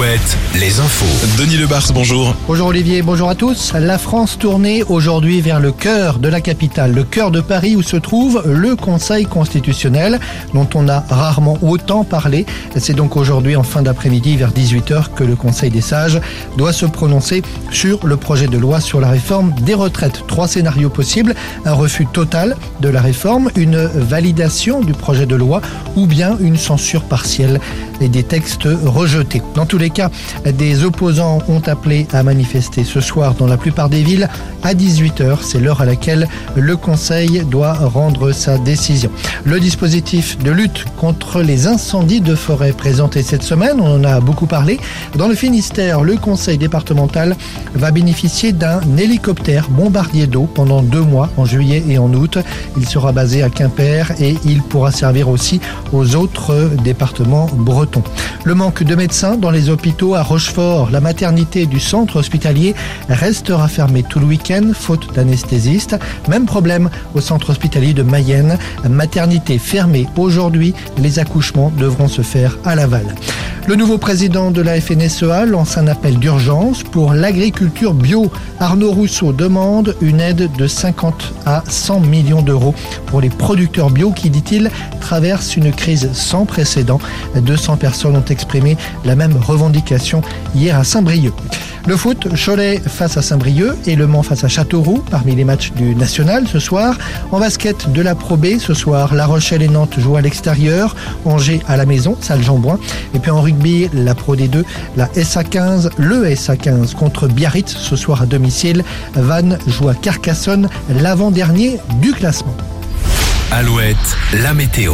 Alouette, les infos. Denis Lebars, bonjour. Bonjour Olivier, bonjour à tous. La France tournée aujourd'hui vers le cœur de la capitale, le cœur de Paris où se trouve le Conseil constitutionnel dont on a rarement autant parlé. C'est donc aujourd'hui en fin d'après-midi vers 18h que le Conseil des sages doit se prononcer sur le projet de loi sur la réforme des retraites. 3 scénarios possibles, un refus total de la réforme, une validation du projet de loi ou bien une censure partielle et des textes rejetés. Dans tous les cas, des opposants ont appelé à manifester ce soir dans la plupart des villes à 18h. C'est l'heure à laquelle le Conseil doit rendre sa décision. Le dispositif de lutte contre les incendies de forêt présenté cette semaine, on en a beaucoup parlé. Dans le Finistère, le Conseil départemental va bénéficier d'un hélicoptère bombardier d'eau pendant 2 mois, en juillet et en août. Il sera basé à Quimper et il pourra servir aussi aux autres départements bretons. Le manque de médecins dans les hôpitaux à Rochefort, la maternité du centre hospitalier restera fermée tout le week-end, faute d'anesthésistes. Même problème au centre hospitalier de Mayenne, maternité fermée aujourd'hui, les accouchements devront se faire à Laval. Le nouveau président de la FNSEA lance un appel d'urgence pour l'agriculture bio. Arnaud Rousseau demande une aide de 50 à 100 millions d'euros pour les producteurs bio qui, dit-il, traversent une crise sans précédent. 200 personnes ont exprimé la même revendication hier à Saint-Brieuc. Le foot, Cholet face à Saint-Brieuc et Le Mans face à Châteauroux, parmi les matchs du National ce soir. En basket de la Pro B, ce soir, La Rochelle et Nantes jouent à l'extérieur, Angers à la maison, salle Jean-Bouin. Et puis en rugby, la Pro D2, la SA15, le SA15 contre Biarritz ce soir à domicile. Vannes joue à Carcassonne, l'avant-dernier du classement. Alouette, la météo.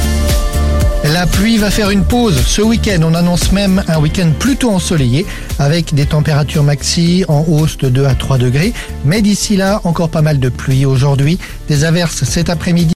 La pluie va faire une pause ce week-end. On annonce même un week-end plutôt ensoleillé avec des températures maxi en hausse de 2 à 3 degrés. Mais d'ici là, encore pas mal de pluie aujourd'hui. Des averses cet après-midi.